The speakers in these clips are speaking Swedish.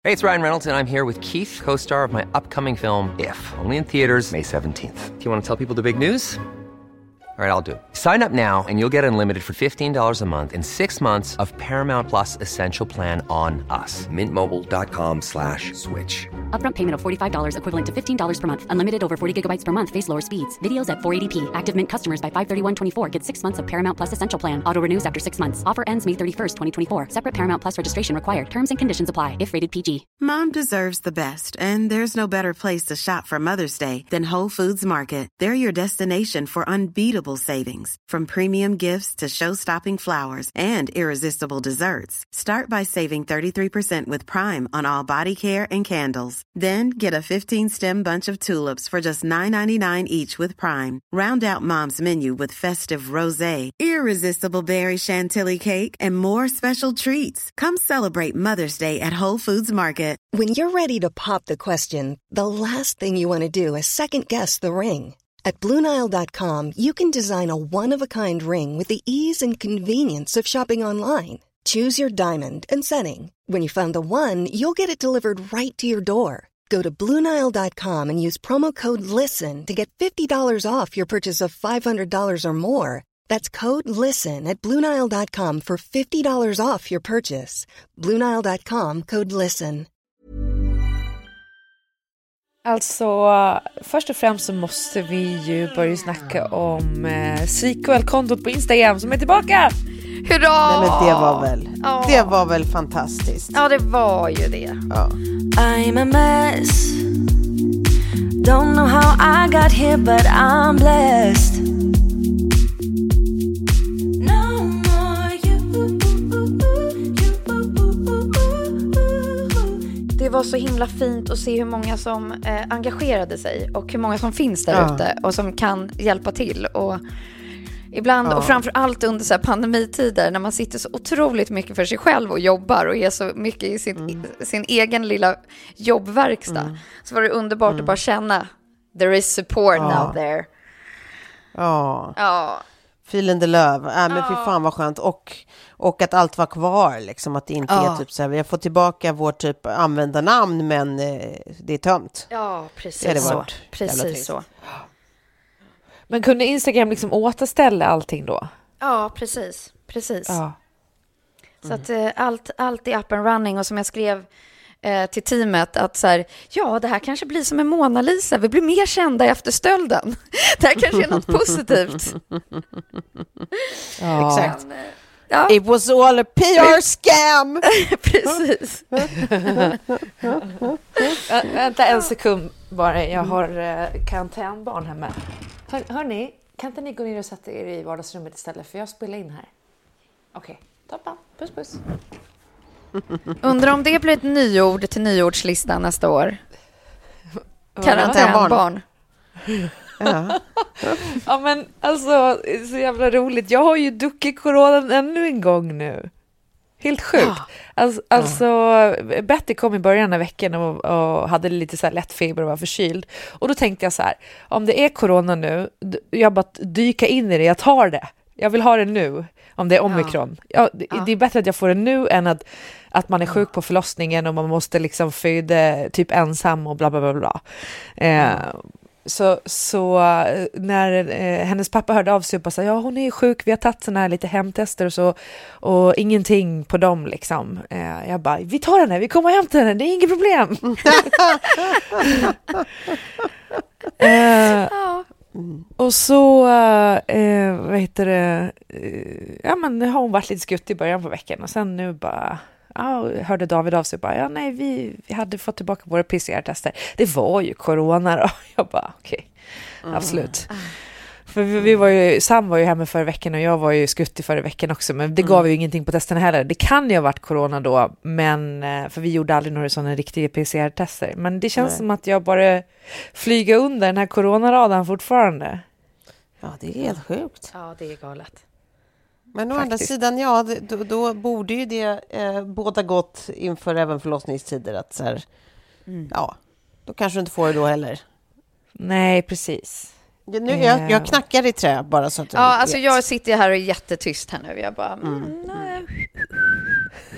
Hey, it's Ryan Reynolds, and I'm here with Keith, co-star of my upcoming film, If, only in theaters May 17th. Do you want to tell people the big news? All right, I'll do it. Sign up now and you'll get unlimited for $15 a month and 6 months of Paramount Plus Essential Plan on us. MintMobile.com/switch. Upfront payment of $45 equivalent to $15 per month. Unlimited over 40 gigabytes per month. Face lower speeds. Videos at 480p. Active Mint customers by 531.24 get 6 months of Paramount Plus Essential Plan. Auto renews after 6 months. Offer ends May 31st, 2024. Separate Paramount Plus registration required. Terms and conditions apply if rated PG. Mom deserves the best, and there's no better place to shop for Mother's Day than Whole Foods Market. They're your destination for unbeatable savings. From premium gifts to show-stopping flowers and irresistible desserts. Start by saving 33% with Prime on all body care and candles. Then get a 15-stem bunch of tulips for just $9.99 each with Prime. Round out Mom's menu with festive rosé, irresistible berry chantilly cake, and more special treats. Come celebrate Mother's Day at Whole Foods Market. When you're ready to pop the question, the last thing you want to do is second-guess the ring. At BlueNile.com, you can design a one-of-a-kind ring with the ease and convenience of shopping online. Choose your diamond and setting. When you find the one, you'll get it delivered right to your door. Go to BlueNile.com and use promo code LISTEN to get $50 off your purchase of $500 or more. That's code LISTEN at BlueNile.com for $50 off your purchase. BlueNile.com, code LISTEN. Alltså, först och främst så måste vi ju börja snacka om sequel-kontot på Instagram som är tillbaka. Hurra! Nej, men det var väl fantastiskt. Ja, det var ju det. Ja. I'm a mess. Don't know how I got here, but I'm blessed. No more you. Det var så himla fint att se hur många som engagerade sig och hur många som finns där ute och som kan hjälpa till. Och ibland, och framförallt under så här pandemitider när man sitter så otroligt mycket för sig själv och jobbar och är så mycket i sin egen lilla jobbverkstad, så var det underbart att bara känna there is support now there. Ja. Feeling the love. Men fy fan vad skönt. Och att allt var kvar liksom, att det inte är typ så här, vi har fått tillbaka vårt typ användarnamn men det är tömt. Ja, precis så. Precis så. Men kunde Instagram liksom återställa allting då? Ja, precis. Ja. Så att allt är up and running, och som jag skrev till teamet att så här, ja, det här kanske blir som en Mona Lisa, vi blir mer kända efter stölden. Det här kanske är något positivt. Exakt. Ja. It was all a PR scam. Precis. Vänta en sekund bara, jag har karantänbarn hemma. Hörni, kan inte ni gå ner och sätta er i vardagsrummet istället, för jag spelar in här. Okej, toppen. Puss. Undrar om det blir ett nyord till nyordslistan nästa år. Karantänbarn. Ja, men alltså, så jävla roligt. Jag har ju druckit coronan ännu en gång nu. Helt sjukt. Alltså Betty kom i början av veckan och hade lite så här lätt feber och var förkyld. Och då tänkte jag så här, om det är corona nu, jag bara dyka in i det, jag tar det. Jag vill ha det nu, om det är omikron. Det är bättre att jag får det nu än att man är sjuk på förlossningen och man måste liksom föda typ ensam och bla bla bla bla. Så när hennes pappa hörde av sig och sa, ja, hon är sjuk, vi har tagit såna här lite hemtester och så, och ingenting på dem liksom. Jag bara, vi tar henne, vi kommer hem till henne, det är inget problem. Och så vad heter det, ja, men har hon varit lite skutt i början på veckan, och sen nu bara hörde David av sig och bara, nej, vi hade fått tillbaka våra PCR-tester. Det var ju corona då. Jag bara, okej. Absolut. För Sam var ju hemma förra veckan och jag var ju skutt i förra veckan också, men det gav ju ingenting på testerna heller. Det kan ju ha varit corona då, men för vi gjorde aldrig några sådana riktiga PCR-tester. Men det känns som att jag bara flyger under den här coronaradan fortfarande. Ja, det är helt sjukt. Ja, det är galet. Men å andra sidan, då borde ju det båda gott inför även förlossningstider, att så här, då kanske du inte får det då heller. Nej, precis. Jag knackar i trä bara så att alltså jag sitter här och är jättetyst här nu. Jag bara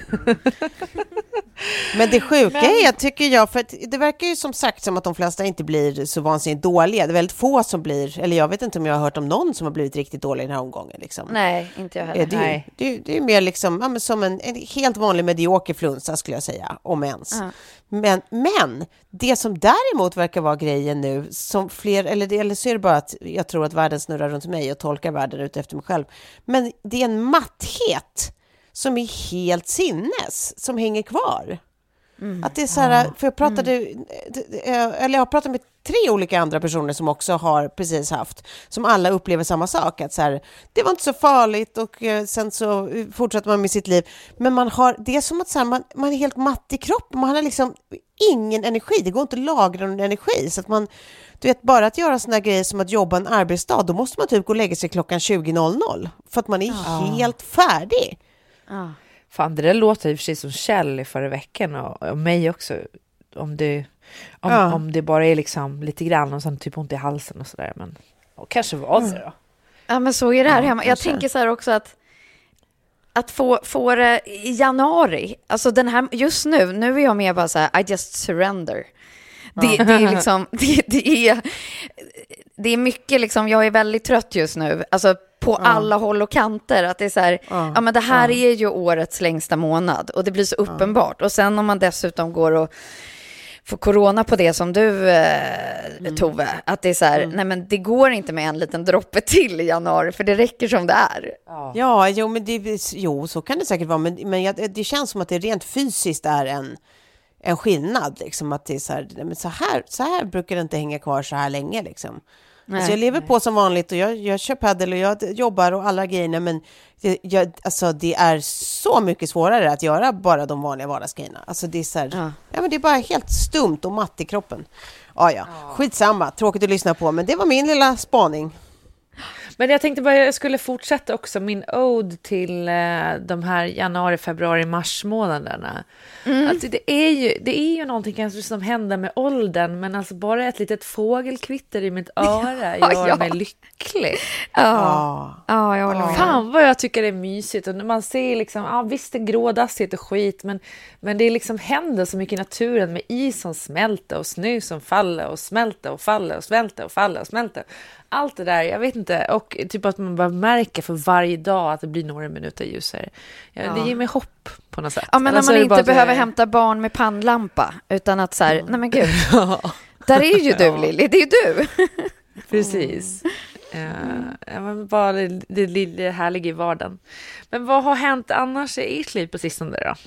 Men det sjuka är, tycker jag, för att det verkar ju som sagt som att de flesta inte blir så vansinnigt dåliga. Det är väldigt få som blir, eller jag vet inte om jag har hört om någon som har blivit riktigt dålig i den här omgången. Liksom. Nej, inte jag heller. Det är mer liksom, ja, men som en helt vanlig medioker flunsa skulle jag säga, om ens. Men det som däremot verkar vara grejen nu, som fler, eller så är det bara att jag tror att världen snurrar runt mig och tolkar världen ut efter mig själv. Men det är en matthet som är helt sinnes, som hänger kvar. Att det är så här, för jag har pratat med 3 olika andra personer som också har precis haft, som alla upplever samma sak, att så här, det var inte så farligt och sen så fortsätter man med sitt liv, men det är som att så här, man är helt matt i kroppen, man har liksom ingen energi, det går inte att lagra någon energi, så att man, du vet, bara att göra såna här grejer som att jobba en arbetsdag, då måste man typ gå och lägga sig klockan 20.00 för att man är helt färdig. Fan, det där låter ju precis som Kjell i förra veckan och mig också. Om det bara är liksom lite grann och sen typ ont i halsen och sådär. Men kanske var det då. Ja, men så är det här hemma. Jag tänker så här också att få det i januari. Alltså den här, just nu är jag med bara så här, I just surrender. Det är liksom, det är mycket liksom, jag är väldigt trött just nu. Alltså på alla håll och kanter, att det är så här, ja men det här är ju årets längsta månad och det blir så uppenbart. Och sen om man dessutom går och får corona på det som du Tove, att det är så här, nej men det går inte med en liten droppe till i januari, för det räcker som det är. Så kan det säkert vara, men det känns som att det rent fysiskt är en skillnad, liksom, att det är så här, men så här brukar det inte hänga kvar så här länge liksom. Alltså jag lever på som vanligt och jag kör paddel och jag jobbar och alla grejerna, men det är så mycket svårare att göra bara de vanliga vardagsgrejerna. Alltså det är så här, men det är bara helt stumt och matt i kroppen. Skitsamma, tråkigt att lyssna på, men det var min lilla spaning. Men jag tänkte bara jag skulle fortsätta också min ode till de här januari, februari, mars månaderna. Alltså det är ju någonting kanske som händer med åldern, men alltså bara ett litet fågelkvitter i mitt öra gör mig lycklig. Jag håller med. Fan vad jag tycker det är mysigt, och man ser liksom, visst det är grådassigt och skit, men det liksom händer så mycket i naturen med is som smälter och snö som faller och smälter och faller och smälter och faller och smälter. Allt det där, jag vet inte, och typ att man bara märker för varje dag att det blir några minuter ljusare. Det ger mig hopp på något sätt. Ja, men när man inte behöver hämta barn med pannlampa, utan att så här, nej men gud, där är ju du Lili, det är ju du. Precis. Bara det lilla härliga i vardagen. Men vad har hänt annars i ert liv på sistone då?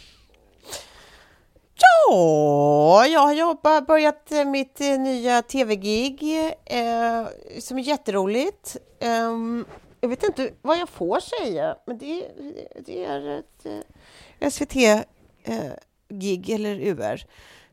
Ja, jag har börjat mitt nya tv-gig som är jätteroligt. Jag vet inte vad jag får säga, men det är ett SVT-gig eller UR.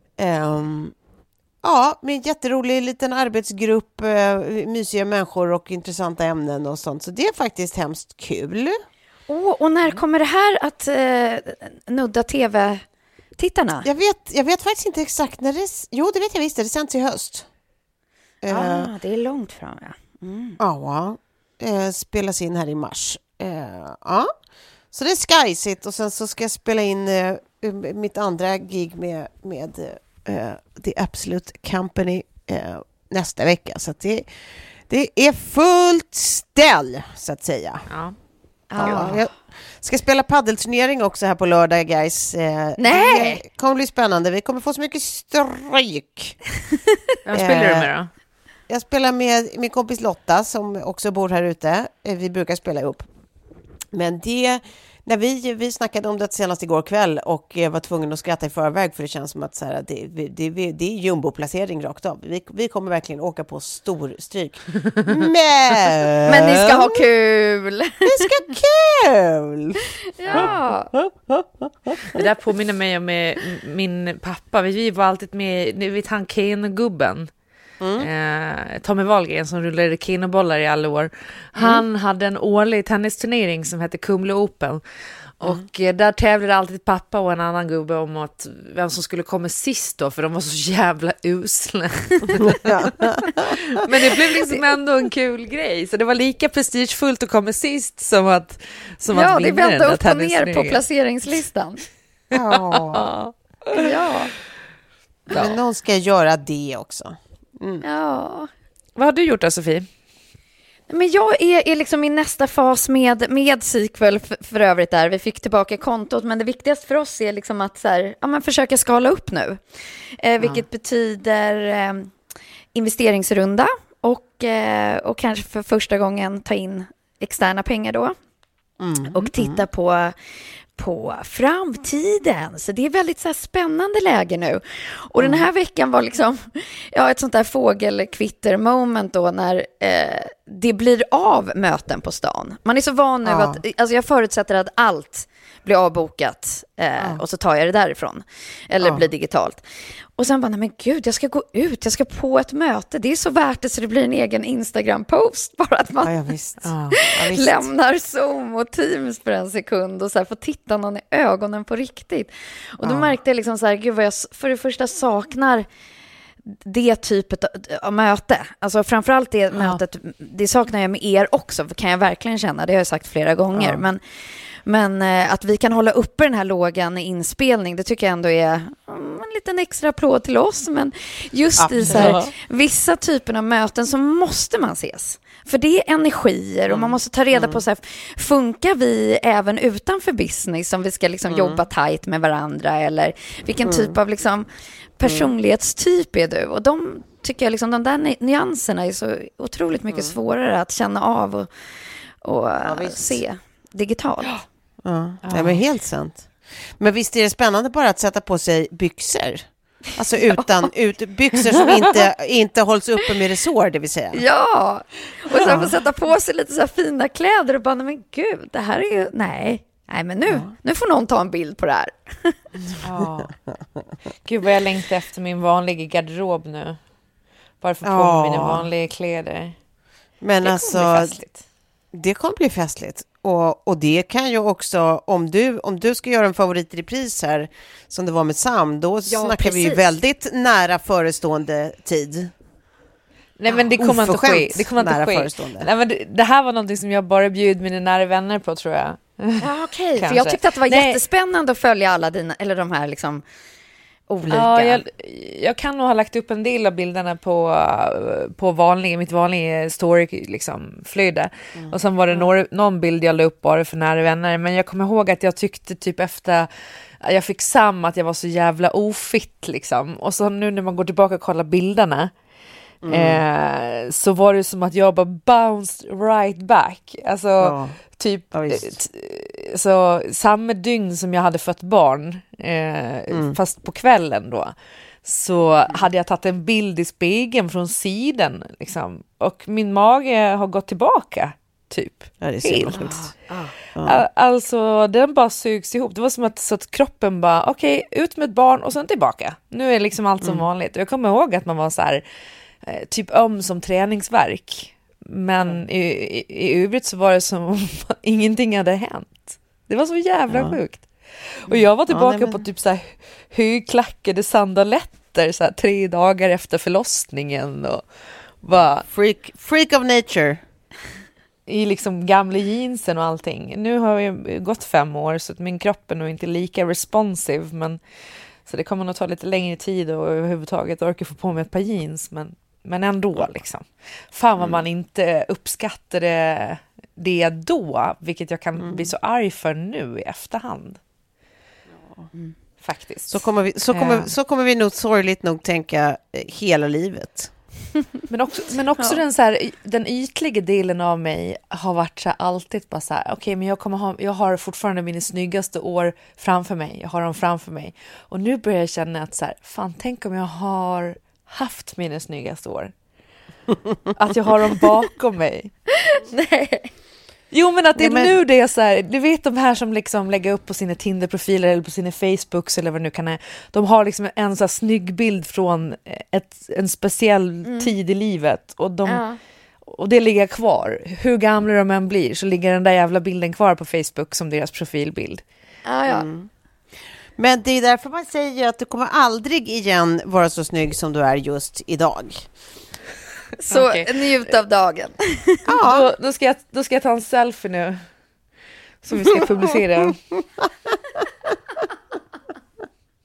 Med en jätterolig liten arbetsgrupp, mysiga människor och intressanta ämnen och sånt. Så det är faktiskt hemskt kul. Och när kommer det här att nudda tv-tittarna? Jag vet faktiskt inte exakt när det... Jo, det vet jag visst. Det sänds i höst. Det är långt fram, ja. Spelas in här i mars. Så det är skajsigt. Och sen så ska jag spela in mitt andra gig med The Absolute Company nästa vecka. Så att det är fullt ställ, så att säga. Jag ska spela paddelturnering också här på lördag, guys. Nej! Det kommer bli spännande. Vi kommer få så mycket stryk. Vad spelar du med då? Jag spelar med min kompis Lotta som också bor här ute. Vi brukar spela ihop. Men när vi snackade om det senast igår kväll och var tvungen att skratta i förväg, för det känns som att så här, det är jumbo-placering rakt av. Vi kommer verkligen åka på stor stryk. Men ni ska ha kul! Vi ska ha kul! Ja. Det där påminner mig om min pappa. Vi var alltid med han Keno-gubben. Tommy Wahlgren som rullade kinobollar i alla år. Han hade en årlig tennisturnering som hette Kumla Open. Och där tävlade alltid pappa och en annan gubbe om vem som skulle komma sist då, för de var så jävla usla. Men det blev liksom ändå en kul grej. Så det var lika prestigefullt att komma sist som att det vände upp och ner på placeringslistan. Ja. Men någon ska göra det också. Ja. Vad har du gjort då, Sofie? Men jag är liksom i nästa fas med Sequel för övrigt där. Vi fick tillbaka kontot, men det viktigaste för oss är liksom att så här, försöka skala upp nu. Vilket betyder investeringsrunda och kanske för första gången ta in externa pengar då. Och titta på framtiden. Så det är väldigt så här spännande läge nu. Och den här veckan var liksom ett sånt där fågelkvitter-moment då när det blir av möten på stan. Man är så van nu att, alltså jag förutsätter att allt blir avbokat och så tar jag det därifrån. Eller blir digitalt. Och sen bara, nej men gud, jag ska gå ut, jag ska på ett möte. Det är så värt det så det blir en egen Instagram-post. Bara att man lämnar Zoom och Teams för en sekund och så här får titta någon i ögonen på riktigt. Och då märkte jag liksom så här, gud vad jag för det första saknar det typet av möte. Alltså framförallt det mötet, det saknar jag med er också, kan jag verkligen känna. Det har jag sagt flera gånger. Men att vi kan hålla uppe den här lågan i inspelning, det tycker jag ändå är en liten extra applåd till oss. Men just i så här, vissa typer av möten så måste man ses. För det är energier och man måste ta reda på så här, funkar vi även utanför business om vi ska liksom jobba tajt med varandra, eller vilken typ av liksom personlighetstyp är du? Och de tycker jag liksom, de där nyanserna är så otroligt mycket svårare att känna av och se digitalt. Ja, men helt sant. Men visst är det spännande bara att sätta på sig byxor? Alltså byxor som inte hålls uppe med resår, det vill säga. Ja, och sen få sätta på sig lite så här fina kläder och bara, men gud, det här är ju, nej men nu får någon ta en bild på det här. Gud vad jag längtar efter min vanliga garderob nu. Bara för att få mina vanliga kläder. Men det alltså, kommer bli festligt. Det kommer bli festligt. Och det kan ju också, om du ska göra en favorit i pris här, som det var med Sam, då snackar vi ju väldigt nära förestående tid. Nej, men det kommer inte ske. Det kommer inte ske. Nej, men det här var någonting som jag bara bjöd mina nära vänner på, tror jag. Ja, okej. För jag tyckte att det var jättespännande att följa alla dina, eller de här liksom olika. Ja, jag kan nog ha lagt upp en del av bilderna på mitt vanliga story liksom, flöde. Och sen var det någon bild jag la upp bara för nära vänner. Men jag kommer ihåg att jag tyckte typ efter jag fick Sam att jag var så jävla ofitt liksom. Och så nu när man går tillbaka och kollar bilderna så var det som att jag bara bounced right back. Alltså typ så samma dygn som jag hade fött barn fast på kvällen då, så hade jag tagit en bild i spegeln från sidan liksom, och min mage har gått tillbaka typ. Ja, det är helt. Alltså den bara sugs ihop. Det var som att kroppen bara okej, ut med ett barn och sen tillbaka. Nu är liksom allt som vanligt. Jag kommer ihåg att man var så här typ som träningsverk. Men i övrigt så var det som om ingenting hade hänt. Det var så jävla sjukt. Och jag var tillbaka på typ så här högklackade sandaletter så här 3 dagar efter förlossningen och var freak of nature. I liksom gamla jeansen och allting. Nu har jag gått 5 år så att min kropp är nog inte lika responsive, men så det kommer nog ta lite längre tid och överhuvudtaget orka få på mig ett par jeans, men ändå liksom. Fan vad man inte uppskattade det då, vilket jag kan bli så arg för nu i efterhand. Faktiskt. Så kommer vi nog sorgligt nog tänka hela livet. Men också den ytliga delen av mig har varit så här, alltid bara så här, okej, men jag har fortfarande mina snyggaste år framför mig. Jag har dem framför mig. Och nu börjar jag känna att så här, fan, tänk om jag har haft mina snyggaste år. Att jag har dem bakom mig. Nej. Jo, men att det är nu det är så här, du vet de här som liksom lägger upp på sina Tinder-profiler eller på sina Facebooks eller vad det nu kan är. De har liksom en så här snygg bild från en speciell tid i livet och det ligger kvar. Hur gamla de än blir så ligger den där jävla bilden kvar på Facebook som deras profilbild. Men det är därför man säger att du kommer aldrig igen vara så snygg som du är just idag. Så njut av dagen. Ja. Då ska jag ta en selfie nu som vi ska publicera.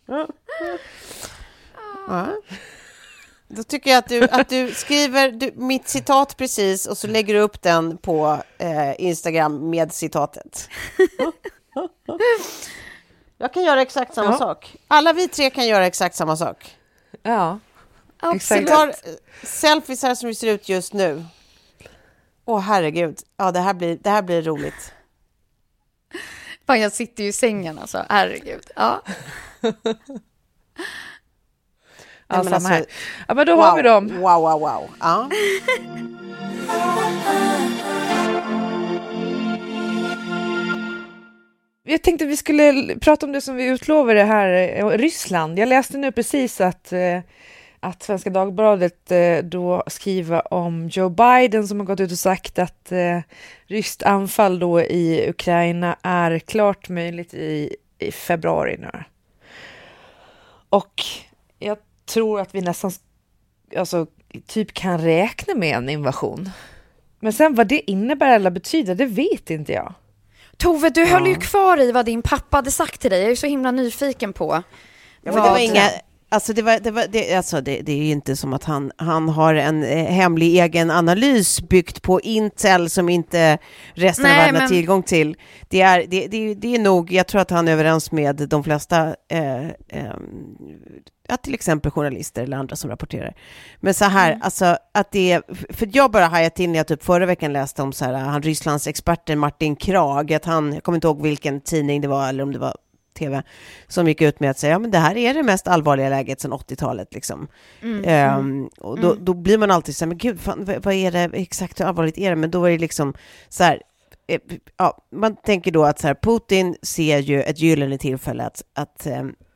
Ja. Då tycker jag att du skriver mitt citat precis och så lägger du upp den på Instagram med citatet. Jag kan göra exakt samma sak. Alla vi tre kan göra exakt samma sak. Ja, absolut. Vi tar selfies här som vi ser ut just nu. Herregud. Ja, det här blir roligt. Fan, jag sitter ju i sängen alltså. Herregud. Ja. Ja, samma här. Ja, men då har vi dem. Wow. Ja. Jag tänkte att vi skulle prata om det som vi utlovade här, Ryssland. Jag läste nu precis att Svenska Dagbladet då skriver om Joe Biden som har gått ut och sagt att ryskt anfall då i Ukraina är klart möjligt i februari nu. Och jag tror att vi nästan typ kan räkna med en invasion. Men sen vad det innebär eller betyder, det vet inte jag. Tove, du höll ju kvar i vad din pappa hade sagt till dig. Jag är så himla nyfiken på. Ja, men det var inga... Alltså det är ju inte som att han har en hemlig egen analys byggt på Intel som inte resten av världen har tillgång till. Det är nog, jag tror att han är överens med de flesta till exempel journalister eller andra som rapporterar. Men så här, alltså att det för jag bara hajat till när jag typ förra veckan läste om så här, Rysslands experten Martin Krag, att jag kommer inte ihåg vilken tidning det var eller om det var TV som gick ut med att säga men det här är det mest allvarliga läget sedan 80-talet liksom. Och då blir man alltid så här, men gud fan, vad är det exakt, hur allvarligt är det? Men då är det liksom så här, man tänker då att så här, Putin ser ju ett gyllene tillfälle att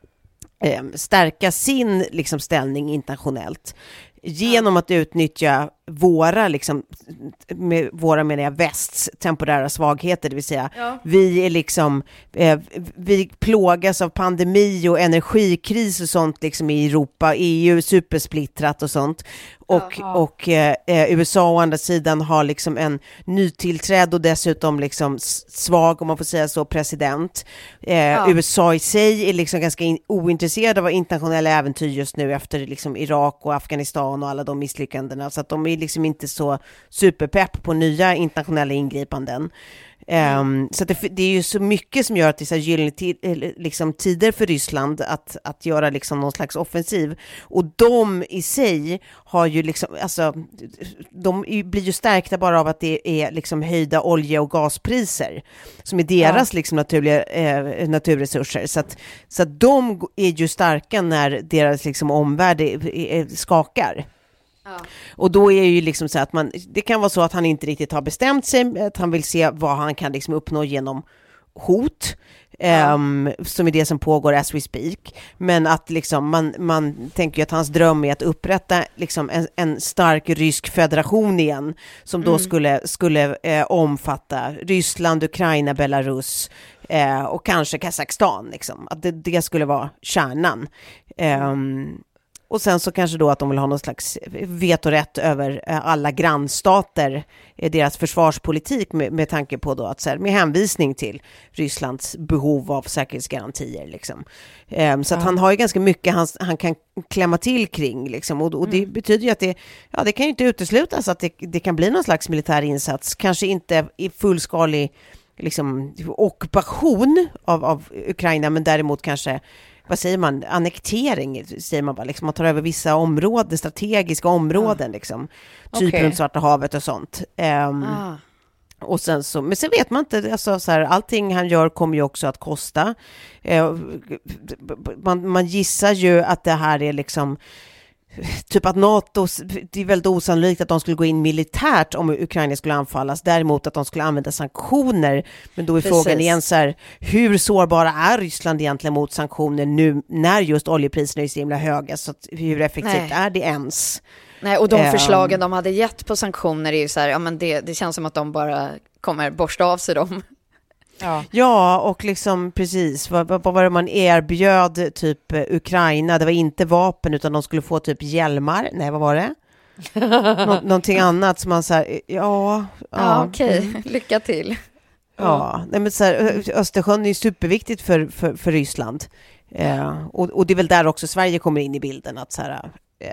stärka sin liksom ställning internationellt genom att utnyttja våra liksom, med våra menar jag västs temporära svagheter, det vill säga vi är liksom vi plågas av pandemi och energikris och sånt liksom i Europa, EU supersplittrat och sånt och USA å andra sidan har liksom en nytillträdd och dessutom liksom svag, om man får säga så, president. USA i sig är liksom ganska ointresserade av internationella äventyr just nu efter liksom Irak och Afghanistan och alla de misslyckandena, så att de är liksom inte så superpepp på nya internationella ingripanden. Så att det är ju så mycket som gör att det är så här gyllene liksom tider för Ryssland att göra liksom någon slags offensiv, och de i sig har ju liksom, alltså de blir ju stärkta bara av att det är liksom höjda olje- och gaspriser som är deras liksom naturliga naturresurser, så att de är ju starka när deras liksom omvärld skakar. Och då är ju liksom så att det kan vara så att han inte riktigt har bestämt sig, att han vill se vad han kan liksom uppnå genom hot, som är det som pågår as we speak, men att liksom man tänker ju att hans dröm är att upprätta liksom en stark rysk federation igen, som då skulle omfatta Ryssland, Ukraina, Belarus och kanske Kazakstan liksom. Att det skulle vara kärnan. Och sen så kanske då att de vill ha någon slags vetorätt över alla grannstater, deras försvarspolitik med tanke på då att så här, med hänvisning till Rysslands behov av säkerhetsgarantier liksom. Så att han har ju ganska mycket han kan klämma till kring liksom, och det betyder ju att det kan ju inte uteslutas att det kan bli någon slags militär insats, kanske inte i fullskalig liksom ockupation av Ukraina, men däremot kanske, vad säger man, annektering säger man bara, liksom man tar över vissa områden, strategiska områden liksom, typ runt Svarta havet och sånt. Och sen så, men sen vet man inte, alltså så här, allting han gör kommer ju också att kosta. Man gissar ju att det här är liksom typ att NATO, det är väldigt osannolikt att de skulle gå in militärt om Ukraina skulle anfallas, däremot att de skulle använda sanktioner. Men då är frågan igen så här, hur sårbara är Ryssland egentligen mot sanktioner nu när just oljepriserna är så himla höga, så att hur effektivt är det ens? Nej, och de förslagen de hade gett på sanktioner är ju så här, ja men det känns som att de bara kommer borsta av sig dem. Ja, och liksom precis, vad var det man erbjöd typ Ukraina? Det var inte vapen utan de skulle få typ hjälmar. Nej, vad var det? Någonting annat som man så här, okej. Lycka till. Ja, nej men så här, Östersjön är ju superviktigt för Ryssland. Och det är väl där också Sverige kommer in i bilden, att så här,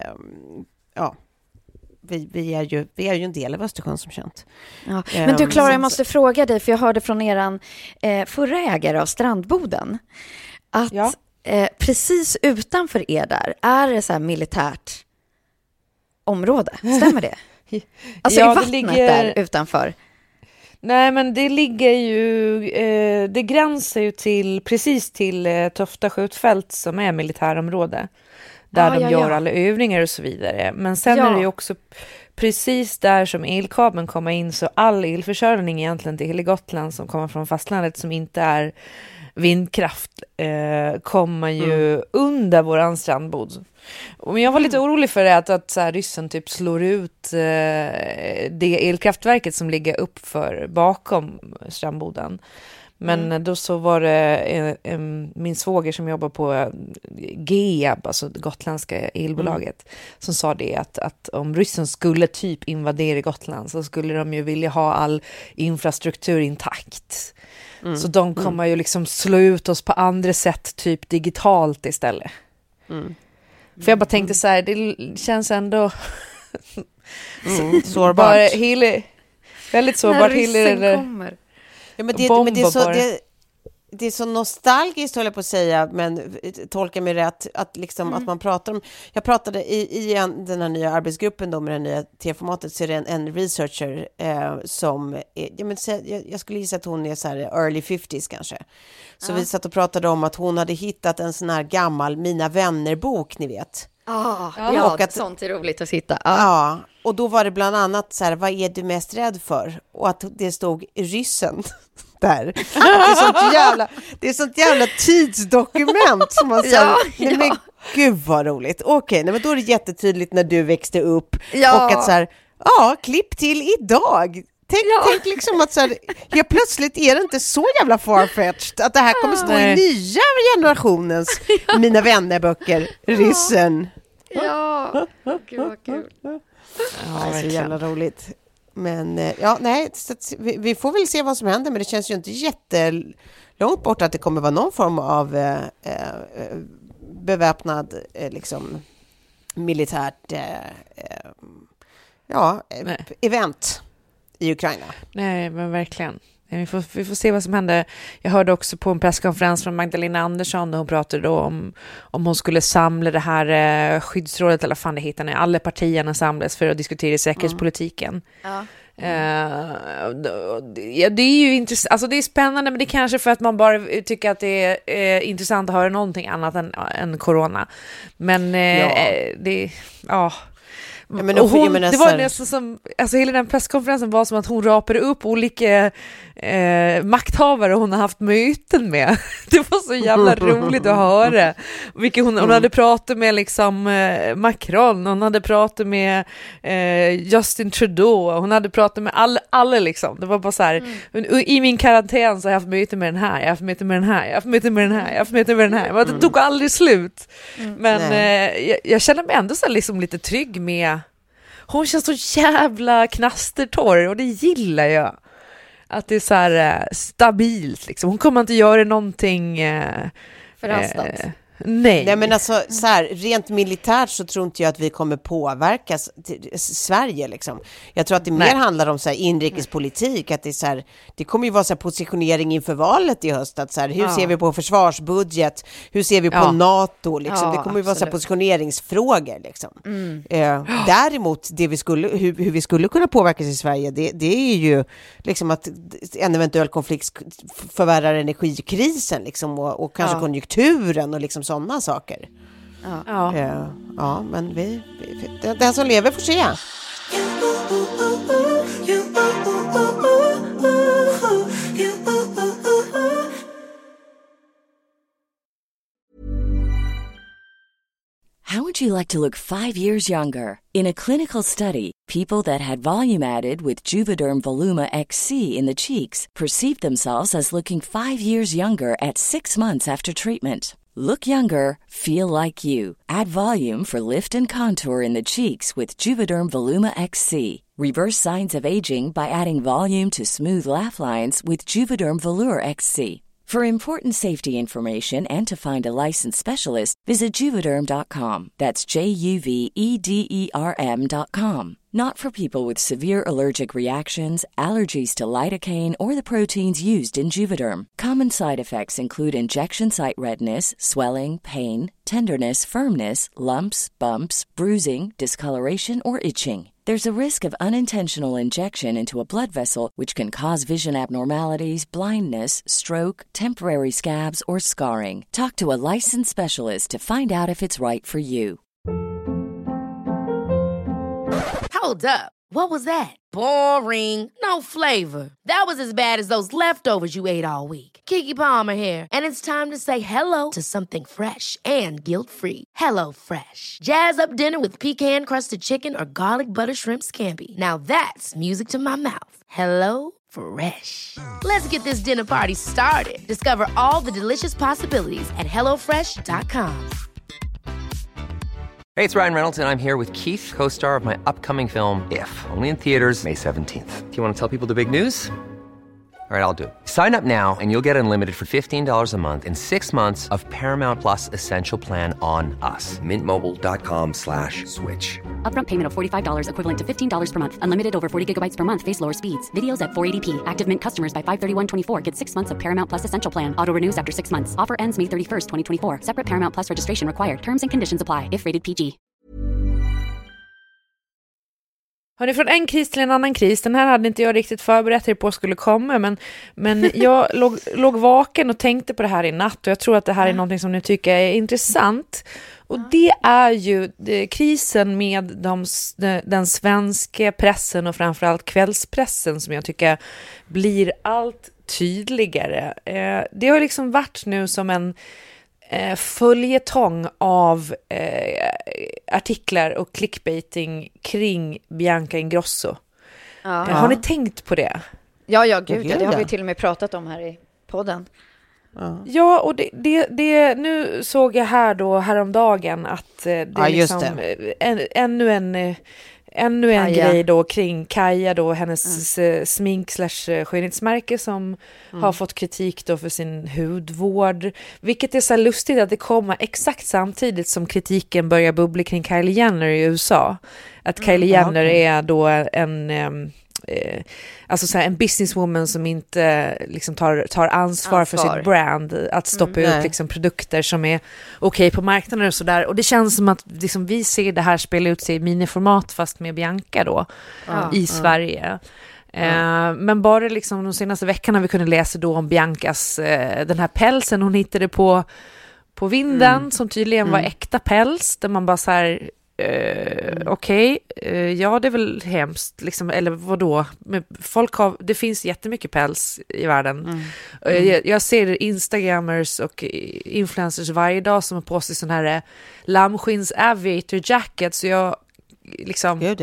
vi är ju en del av Östersjön som känt. Ja. Men du Klara, jag måste fråga dig, för jag hörde från eran förra ägare av Strandboden att precis utanför er där är det så här militärt område. Stämmer det? Alltså i vattnet där utanför. Nej, men det ligger ju, det gränsar ju precis till Tofta skjutfält som är militärområde. Där de gör alla övningar och så vidare. Men sen är det ju också precis där som elkabeln kommer in, så all elförsörjning egentligen till hela Gotland som kommer från fastlandet som inte är vindkraft kommer ju under våran strandbod. Men jag var lite orolig för det, att så här, ryssen typ slår ut det elkraftverket som ligger upp för bakom strandboden. Men då så var det min svåger som jobbar på GEAB, alltså det gotländska elbolaget, som sa det att om ryssen skulle typ invadera Gotland så skulle de ju vilja ha all infrastruktur intakt. Så de kommer ju liksom slå ut oss på andra sätt, typ digitalt istället. För jag bara tänkte så här, det känns ändå sårbart. Väldigt sårbart. När ryssen kommer. Ja, men det är så nostalgiskt, håller jag på att säga, men tolka mig rätt, att liksom att man pratar om, jag pratade i den här nya arbetsgruppen då, med det nya T-formatet, så är det en researcher som jag skulle gissa att hon är så här early 50s kanske. Så vi satt och pratade om att hon hade hittat en sån här gammal Mina vänner-bok, ni vet. Och att sånt är roligt att sitta. Ja, och då var det bland annat så här, vad är du mest rädd för? Och att det stod ryssen där. Det är sånt jävla tidsdokument som man säger. Men gud vad roligt. Okej, men då är det jättetydligt när du växte upp och att så här, klipp till idag. Tänk liksom att så här, helt plötsligt är det inte så jävla farfetched att det här kommer stå i nya generationens Mina vännerböcker, ryssen. Ja, gud vad kul. Ja, så jävla roligt. Men så vi får väl se vad som händer, men det känns ju inte jättelångt bort att det kommer vara någon form av beväpnad liksom militärt event i Ukraina. Nej, men verkligen. Vi får se vad som händer. Jag hörde också på en presskonferens från Magdalena Andersson där hon pratade då om hon skulle samla det här skyddsrådet, eller fan det heter, när alla partierna samlas för att diskutera säkerhetspolitiken. Det är ju intressant, alltså det är spännande, men det är kanske för att man bara tycker att det är intressant att höra någonting annat än corona. Men det var nästan som, alltså hela den presskonferensen var som att hon rapade upp olika makthavare hon har haft möten med. Det var så jävla roligt att höra. Hon hade pratat med liksom Macron, hon hade pratat med Justin Trudeau, hon hade pratat med alla liksom. Det var bara så här, i min karantän så har jag haft möte med den här, jag har haft möte med den här, jag har haft möte med den här, jag har haft möte med den här. Men det tog aldrig slut. Men jag känner mig ändå så här, liksom lite trygg med, hon känns så jävla knastertorr och det gillar jag. Att det är så här stabilt liksom. Hon kommer inte göra någonting förhastat. Nej, men alltså så här, rent militärt så tror inte jag att vi kommer påverkas Sverige liksom. Jag tror att det mer handlar om så här inrikespolitik, att det är så här, det kommer ju vara så här positionering inför valet i höst, att så här, hur ser vi på försvarsbudget, hur ser vi på NATO liksom. Det kommer ju vara så här positioneringsfrågor liksom. Däremot det hur vi skulle kunna påverkas i Sverige, det är ju liksom att en eventuell konflikt förvärrar energikrisen liksom, och kanske konjunkturen och liksom sådana saker. Men den som lever får se. How would you like to look 5 years younger? In a clinical study, people that had volume added with Juvederm Voluma XC in the cheeks perceived themselves as looking 5 years younger at 6 months after treatment. Look younger, feel like you. Add volume for lift and contour in the cheeks with Juvederm Voluma XC. Reverse signs of aging by adding volume to smooth laugh lines with Juvederm Volure XC. For important safety information and to find a licensed specialist, visit Juvederm.com. That's JUVEDERM.com. Not for people with severe allergic reactions, allergies to lidocaine, or the proteins used in Juvederm. Common side effects include injection site redness, swelling, pain, tenderness, firmness, lumps, bumps, bruising, discoloration, or itching. There's a risk of unintentional injection into a blood vessel, which can cause vision abnormalities, blindness, stroke, temporary scabs, or scarring. Talk to a licensed specialist to find out if it's right for you. Hold up. What was that? Boring. No flavor. That was as bad as those leftovers you ate all week. Keke Palmer here, and it's time to say hello to something fresh and guilt-free. Hello Fresh. Jazz up dinner with pecan-crusted chicken or garlic butter shrimp scampi. Now that's music to my mouth. Hello Fresh. Let's get this dinner party started. Discover all the delicious possibilities at hellofresh.com. Hey, it's Ryan Reynolds, and I'm here with Keith, co-star of my upcoming film, If, only in theaters May 17th. Do you want to tell people the big news? All right, I'll do it. Sign up now and you'll get unlimited for $15 a month and 6 months of Paramount Plus Essential Plan on us. MintMobile.com/switch. Upfront payment of $45 equivalent to $15 per month. Unlimited over 40 gigabytes per month. Face lower speeds. Videos at 480p. Active Mint customers by 531.24 get 6 months of Paramount Plus Essential Plan. Auto renews after 6 months. Offer ends May 31st, 2024. Separate Paramount Plus registration required. Terms and conditions apply if rated PG. Hörrni, från en kris till en annan kris. Den här hade inte jag riktigt förberett er på skulle komma, men jag låg vaken och tänkte på det här i natt, och jag tror att det här är någonting som ni tycker är intressant. Och det är ju krisen med den svenska pressen och framförallt kvällspressen som jag tycker blir allt tydligare. Det har liksom varit nu som en följetong av artiklar och clickbaiting kring Bianca Ingrosso. Har ni tänkt på det? Ja, gud, det har vi till och med pratat om här i podden. Ja, och det nu såg jag här då häromdagen att det är liksom ännu en grej då kring Kaja då, hennes smink/skönhetsmärke som har fått kritik då för sin hudvård, vilket är så lustigt att det kommer exakt samtidigt som kritiken börjar bubbla kring Kylie Jenner i USA, att Kylie Jenner är då alltså så här, en businesswoman som inte liksom tar ansvar för sitt brand, att stoppa ut liksom produkter som är okej på marknaden och sådär. Och det känns som att liksom, vi ser det här spela ut sig i miniformat fast med Bianca då i Sverige. Men bara liksom de senaste veckorna vi kunde läsa då om Biancas den här pälsen hon hittade på vinden som tydligen var äkta päls, där man bara så här okej, ja det är väl hemskt liksom, eller vadå, det finns jättemycket päls i världen. Jag ser Instagrammers och influencers varje dag som har på sig sån här lammskins aviator jacket, så jag liksom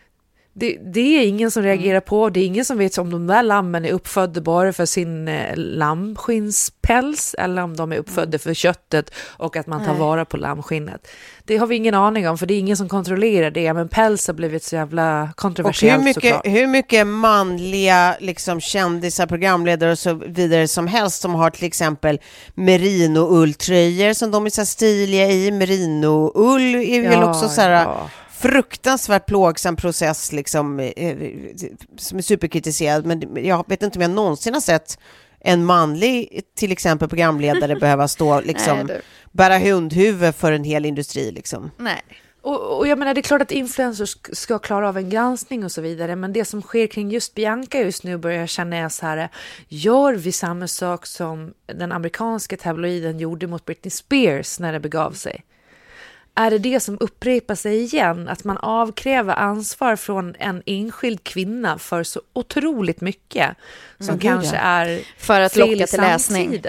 det är ingen som reagerar på, det är ingen som vet om de där lammen är uppfödda bara för sin lammskinspäls eller om de är uppfödda för köttet och att man tar vara på lammskinnet. Det har vi ingen aning om, för det är ingen som kontrollerar det, men päls har blivit så jävla kontroversiellt. Och hur mycket manliga liksom, kändisar, programledare och så vidare som helst som har till exempel merino-ulltröjor som de är så stiliga i. Merino-ull är väl också så här fruktansvärt plågsam process liksom, som är superkritiserad, men jag vet inte om jag någonsin har sett en manlig till exempel programledare behöva stå liksom bära hundhuvud för en hel industri liksom. Nej. Och jag menar, det är klart att influencers ska klara av en granskning och så vidare, men det som sker kring just Bianca just nu börjar jag känna så här, gör vi samma sak som den amerikanska tabloiden gjorde mot Britney Spears när det begav sig? Är det som upprepar sig igen, att man avkräver ansvar från en enskild kvinna för så otroligt mycket som kanske är för att locka till läsning?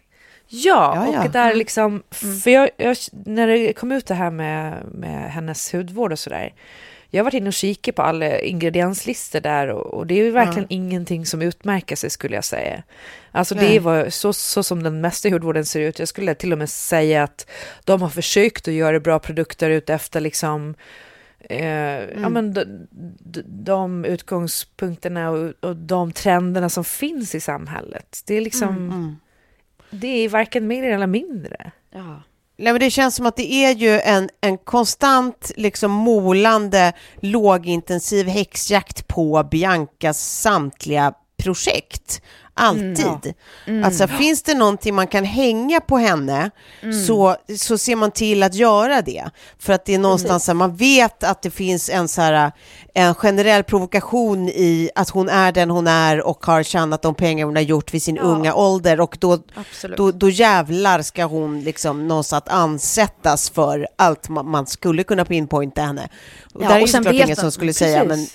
Ja, och där liksom, för jag, när det kom ut det här med hennes hudvård och sådär, jag har varit inne och kikat på alla ingredienslistor där, och det är ju verkligen ingenting som utmärker sig, skulle jag säga. Alltså det var så som den mesta hudvården ser ut. Jag skulle till och med säga att de har försökt att göra bra produkter ut efter liksom ja, men de utgångspunkterna och de trenderna som finns i samhället. Det är liksom Det är varken mer eller mindre. Ja. Nej, men det känns som att det är ju en konstant liksom molande lågintensiv häxjakt på Biancas samtliga projekt. Alltid. Alltså finns det någonting man kan hänga på henne så ser man till att göra det. För att det är någonstans så här, man vet att det finns en generell provokation i att hon är den hon är och har tjänat de pengar hon har gjort vid sin unga ålder, och då jävlar ska hon liksom någonstans ansättas för allt man skulle kunna pinpointa henne. Och där är ju såklart ingen som skulle säga men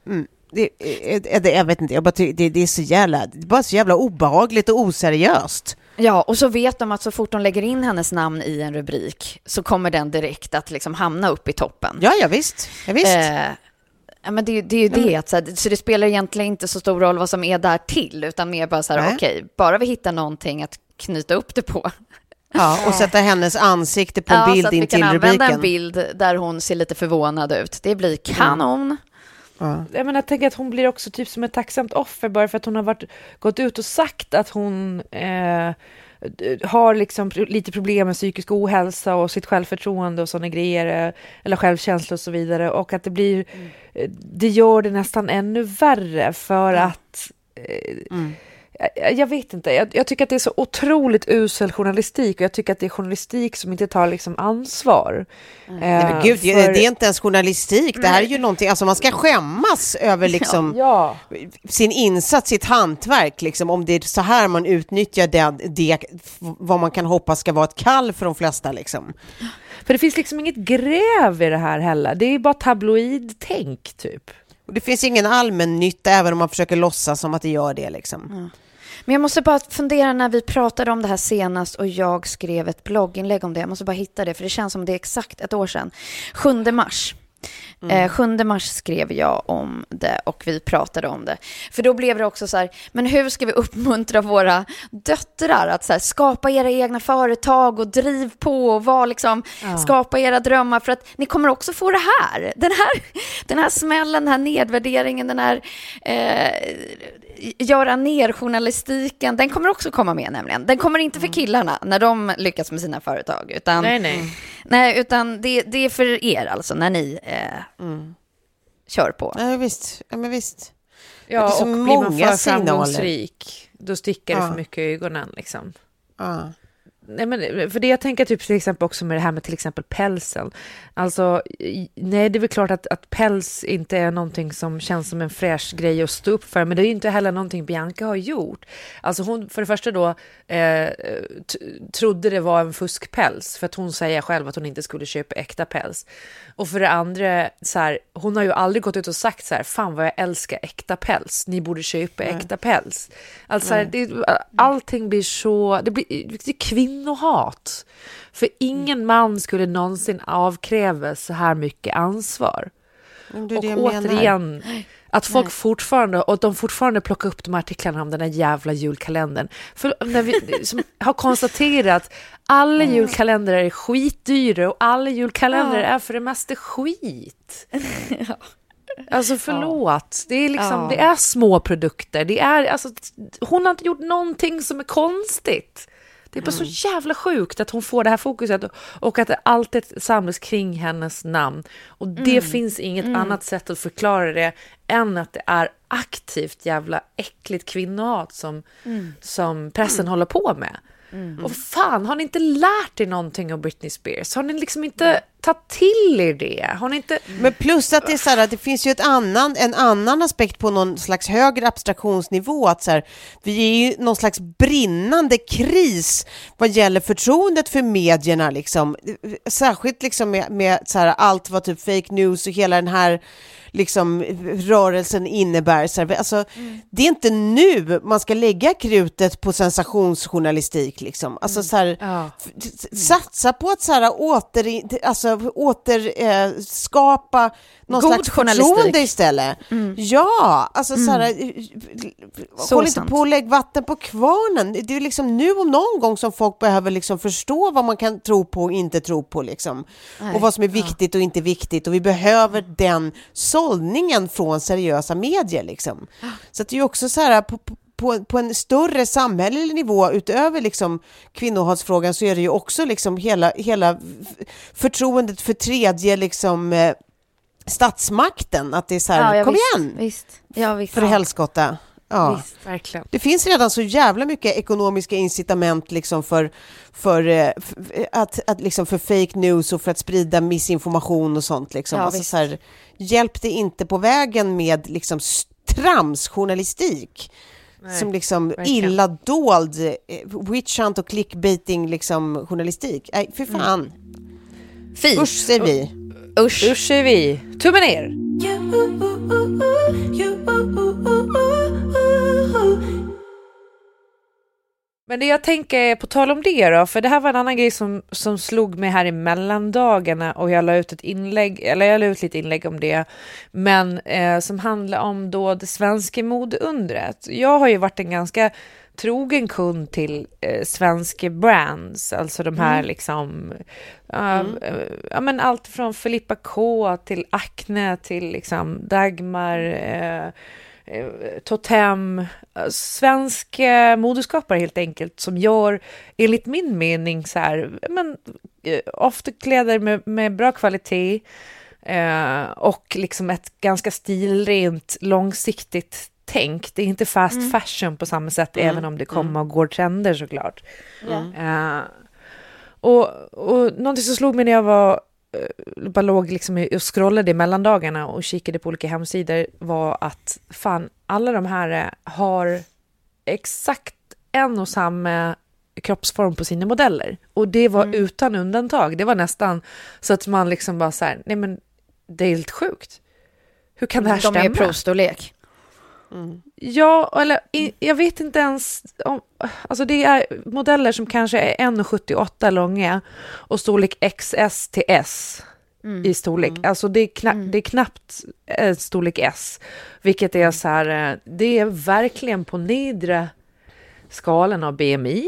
jag vet inte, det är så jävla obehagligt och oseriöst. Ja, och så vet de att så fort de lägger in hennes namn i en rubrik så kommer den direkt att liksom hamna upp i toppen. Ja visst. Men det är ju det. Så det spelar egentligen inte så stor roll vad som är där till, utan mer bara så här, okej, bara vi hittar någonting att knyta upp det på. Ja, och sätta hennes ansikte på en bild in till rubriken. Så att vi kan använda en bild där hon ser lite förvånad ut. Det blir kanon. Jag tänker att hon blir också typ som ett tacksamt offer bara för att hon har gått ut och sagt att hon har liksom lite problem med psykisk ohälsa och sitt självförtroende och sådana grejer, eller självkänsla och så vidare, och att det gör det nästan ännu värre för att jag vet inte, jag tycker att det är så otroligt usel journalistik, och jag tycker att det är journalistik som inte tar liksom ansvar. Gud, det är inte ens journalistik, det här är ju någonting, alltså man ska skämmas över liksom sin insats, sitt hantverk liksom, om det är så här man utnyttjar det vad man kan hoppas ska vara ett kall för de flesta liksom. För det finns liksom inget gräv i det här heller, det är bara tabloidtänk typ. Och det finns ingen allmän nytta även om man försöker låtsas som att det gör det liksom. Men jag måste bara fundera, när vi pratade om det här senast och jag skrev ett blogginlägg om det. Jag måste bara hitta det, för det känns som det är exakt ett år sedan. 7 mars. 7 mars skrev jag om det och vi pratade om det. För då blev det också så här, men hur ska vi uppmuntra våra döttrar att så här, skapa era egna företag och driv på och vara liksom, skapa era drömmar, för att ni kommer också få det här. Den här smällen, den här nedvärderingen, den här göra ner journalistiken, den kommer också komma med nämligen. Den kommer inte för killarna när de lyckas med sina företag, utan nej, utan det är för er alltså när ni kör på. Ja, visst. Ja, men visst. Ja, och blir man för framgångsrik, då sticker det för mycket i ögonen liksom. Nej, men för det jag tänker typ till exempel också med det här med till exempel pälsen. Alltså, nej, det är väl klart att päls inte är någonting som känns som en fräsch grej att stå upp för, men det är inte heller någonting Bianca har gjort. Alltså hon, för det första då trodde det var en fuskpäls, för att hon säger själv att hon inte skulle köpa äkta päls. Och för det andra, så här, hon har ju aldrig gått ut och sagt så här, fan vad jag älskar äkta päls, ni borde köpa äkta päls. Alltså allting blir så, det är kvinnohat. För ingen man skulle någonsin avkräva så här mycket ansvar. Och återigen, att folk fortfarande plockar upp de artiklarna om den här jävla julkalendern. För när vi har konstaterat alla julkalendrar är skitdyra och alla julkalendrar är för det mesta skit. Alltså förlåt, det är liksom det är små produkter. Det är alltså, hon har inte gjort någonting som är konstigt. Det är bara så jävla sjukt att hon får det här fokuset och att det alltid samlas kring hennes namn. Och det finns inget annat sätt att förklara det än att det är aktivt jävla äckligt kvinnohat som pressen håller på med. Och fan, har ni inte lärt er någonting av Britney Spears? Har ni liksom inte tagit till er det? Har ni inte... Men plus att det är så här, det finns ju en annan aspekt på någon slags högre abstraktionsnivå, att så här, vi är ju någon slags brinnande kris vad gäller förtroendet för medierna liksom. Särskilt liksom med så här, allt vad typ fake news och hela den här liksom rörelsen innebär. Så här, alltså, det är inte nu man ska lägga krutet på sensationsjournalistik liksom. Alltså så här, satsa på att så här, återskapa någon slags förtroende istället. Ja, alltså så här, håll inte på att lägga vatten på kvarnen. Det är liksom nu om någon gång som folk behöver liksom förstå vad man kan tro på och inte tro på liksom. Och vad som är viktigt och inte viktigt, och vi behöver den sållningen från seriösa medier liksom. Så att det är ju också så här på en större samhällelig nivå utöver liksom kvinnohatsfrågan, så är det ju också liksom hela förtroendet för tredje liksom statsmakten, att det är så här, kom igen. Visst. Ja, visst. För helskotta. Ja. Visst, verkligen. Det finns redan så jävla mycket ekonomiska incitament liksom för att liksom för fake news och för att sprida missinformation och sånt liksom. Ja, alltså så här, hjälp det inte på vägen med liksom tramsjournalistik. Nej, som liksom verkligen. illa dold witch hunt och clickbaiting liksom journalistik. Nej, för fan. Fint. Usch, säger vi. Usch säger vi. Tummen ner. Men det jag tänker på tal om det då, för det här var en annan grej som slog mig här i mellandagarna, och jag la ut lite inlägg om det, men som handlar om då det svenska modeundret. Jag har ju varit en ganska trogen kund till svenska brands, alltså de här liksom ja, men allt från Filippa K till Acne till liksom Dagmar, Totem, svenska modeskapare helt enkelt, som gör enligt min mening så här, men ofta kläder med bra kvalitet och liksom ett ganska stilrent långsiktigt tänk. Det är inte fast fashion på samma sätt, även om det kommer och går trender såklart. Och någonting som slog mig när jag bara låg liksom och scrollade i mellandagarna och kikade på olika hemsidor var att fan, alla de här har exakt en och samma kroppsform på sina modeller. Och det var utan undantag. Det var nästan så att man liksom bara så här, nej men det är helt sjukt. Hur kan det här stämma? De är provstorlek. Ja, eller jag vet inte ens om, alltså det är modeller som kanske är 1,78 långa och storlek XS till S i storlek. Alltså det är knappt storlek S, vilket är så här, det är verkligen på nedre skalan av BMI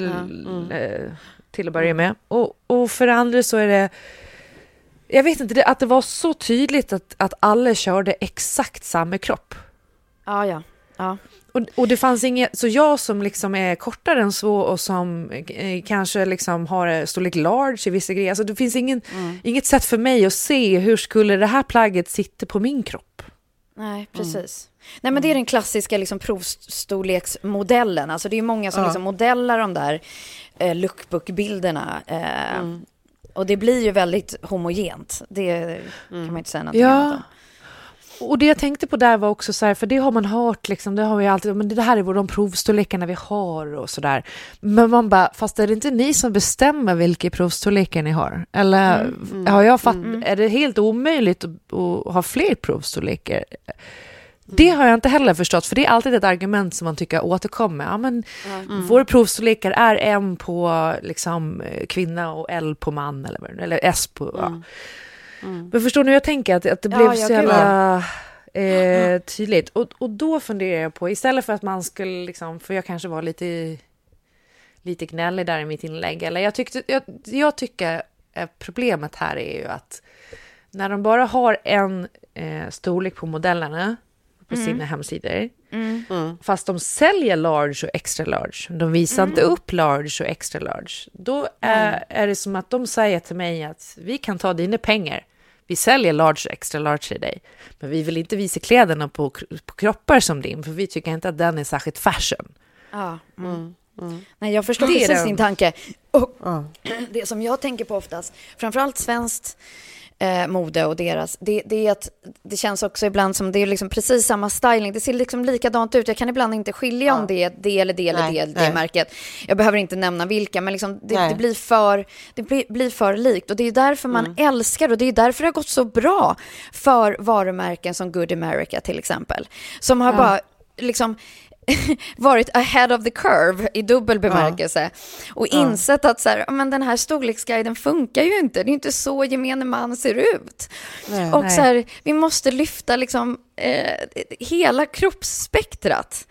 till att börja med. Och för andra så är det, jag vet inte, att det var så tydligt att alla körde exakt samma kropp. Ja. Och det fanns inget, så jag som liksom är kortare än så och som kanske liksom har storlek large i vissa grejer, alltså det finns inget sätt för mig att se hur skulle det här plagget sitta på min kropp. Nej, precis. Nej, men det är den klassiska liksom provstorleksmodellen. Alltså det är många som liksom modellar de där lookbook-bilderna. Och det blir ju väldigt homogent. Det kan man inte säga någonting annat om. Och det jag tänkte på där var också så här, för det har man hört liksom, det har vi alltid, men det här är de provstorlekarna vi har och sådär. Men man bara, fast är det inte ni som bestämmer vilka provstorlekar ni har? Eller har jag är det helt omöjligt att ha fler provstorlekar? Det har jag inte heller förstått, för det är alltid ett argument som man tycker återkommer. Ja, men våra provstorlekar är M på liksom kvinna och L på man eller S på... Men förstår ni hur jag tänker? Att det blev så jävla tydligt. Och då funderar jag på, istället för att man skulle liksom, för jag kanske var lite gnällig där i mitt inlägg, eller jag tycker problemet här är ju att när de bara har en storlek på modellerna på sina hemsidor, fast de säljer large och extra large, de visar inte upp large och extra large, då är det som att de säger till mig att vi kan ta dina pengar, vi säljer large och extra large till dig, men vi vill inte visa kläderna på kroppar som din, för vi tycker inte att den är särskilt fashion. Nej, jag förstår precis sin tanke. Och det som jag tänker på oftast, framförallt svenskt mode och deras, det är att det känns också ibland som det är liksom precis samma styling, det ser liksom likadant ut, jag kan ibland inte skilja om det eller det märket, jag behöver inte nämna vilka, men liksom det blir för likt, och det är därför man älskar, och det är därför det har gått så bra för varumärken som Good America till exempel, som har bara liksom varit ahead of the curve i dubbel bemärkelse och insett att så här, men den här storleksguiden funkar ju inte, det är inte så gemene man ser ut. Och så här, vi måste lyfta liksom hela kroppsspektrat.